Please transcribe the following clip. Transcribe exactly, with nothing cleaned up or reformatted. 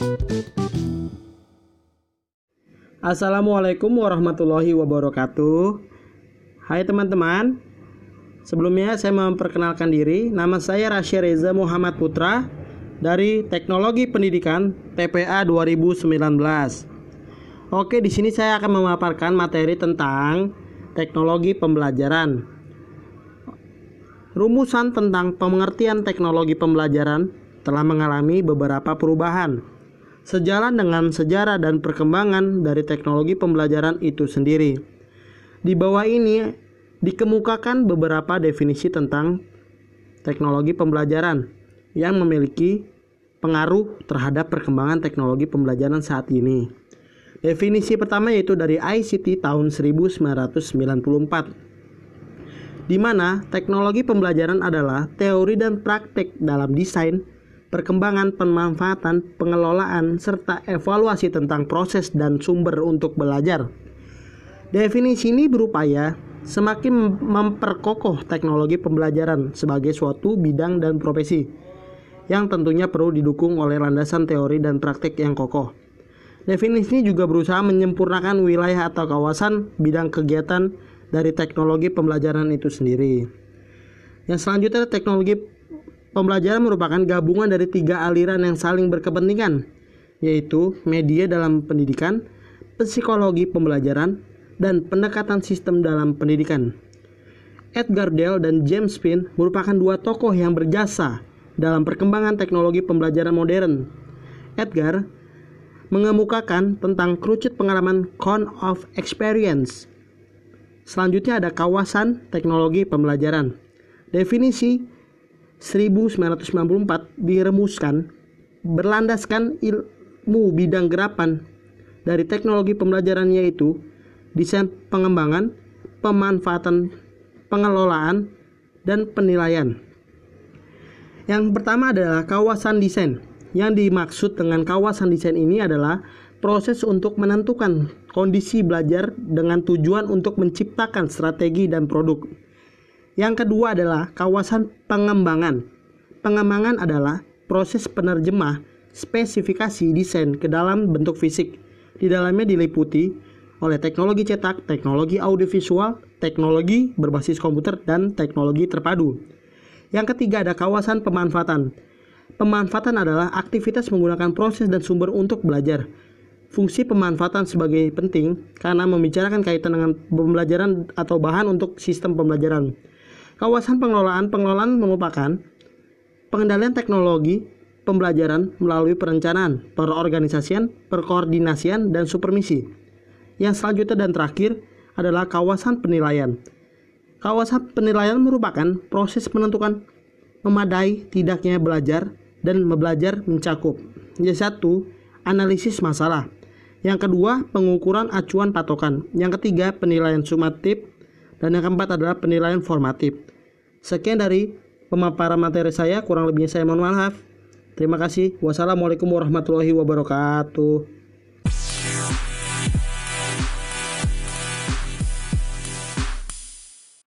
Assalamualaikum warahmatullahi wabarakatuh. Hai teman-teman, sebelumnya saya memperkenalkan diri. Nama saya Rasya Reza Muhammad Putra dari Teknologi Pendidikan T P A dua ribu sembilan belas. Oke, di sini saya akan memaparkan materi tentang teknologi pembelajaran. Rumusan tentang pengertian teknologi pembelajaran telah mengalami beberapa perubahan sejalan dengan sejarah dan perkembangan dari teknologi pembelajaran itu sendiri. Di bawah ini dikemukakan beberapa definisi tentang teknologi pembelajaran yang memiliki pengaruh terhadap perkembangan teknologi pembelajaran saat ini. Definisi pertama yaitu dari I C T tahun seribu sembilan ratus sembilan puluh empat, di mana teknologi pembelajaran adalah teori dan praktek dalam desain, perkembangan, pemanfaatan, pengelolaan, serta evaluasi tentang proses dan sumber untuk belajar. Definisi ini berupaya semakin memperkokoh teknologi pembelajaran sebagai suatu bidang dan profesi yang tentunya perlu didukung oleh landasan teori dan praktek yang kokoh. Definisi ini juga berusaha menyempurnakan wilayah atau kawasan bidang kegiatan dari teknologi pembelajaran itu sendiri. Yang selanjutnya, teknologi pembelajaran merupakan gabungan dari tiga aliran yang saling berkepentingan, yaitu media dalam pendidikan, psikologi pembelajaran, dan pendekatan sistem dalam pendidikan. Edgar Dale dan James Finn merupakan dua tokoh yang berjasa dalam perkembangan teknologi pembelajaran modern. Edgar mengemukakan tentang kerucut pengalaman count of experience. Selanjutnya ada kawasan teknologi pembelajaran. Definisi seribu sembilan ratus sembilan puluh empat diremuskan berlandaskan ilmu bidang gerapan dari teknologi pembelajaran, yaitu desain pengembangan, pemanfaatan, pengelolaan, dan penilaian. Yang pertama adalah kawasan desain. Yang dimaksud dengan kawasan desain ini adalah proses untuk menentukan kondisi belajar dengan tujuan untuk menciptakan strategi dan produk. Yang kedua adalah kawasan pengembangan. Pengembangan adalah proses penerjemah spesifikasi desain ke dalam bentuk fisik. Di dalamnya diliputi oleh teknologi cetak, teknologi audiovisual, teknologi berbasis komputer, dan teknologi terpadu. Yang ketiga ada kawasan pemanfaatan. Pemanfaatan adalah aktivitas menggunakan proses dan sumber untuk belajar. Fungsi pemanfaatan sebagai penting karena membicarakan kaitan dengan pembelajaran atau bahan untuk sistem pembelajaran. Kawasan pengelolaan. Pengelolaan merupakan pengendalian teknologi pembelajaran melalui perencanaan, perorganisasian, perkoordinasian, dan supervisi. Yang selanjutnya dan terakhir adalah kawasan penilaian. Kawasan penilaian merupakan proses menentukan memadai tidaknya belajar dan belajar mencakup. Yang satu, analisis masalah. Yang kedua, pengukuran acuan patokan. Yang ketiga, penilaian sumatif. Dan yang keempat adalah penilaian formatif. Sekian dari pemaparan materi saya, kurang lebihnya saya mohon maaf. Terima kasih. Wassalamualaikum warahmatullahi wabarakatuh.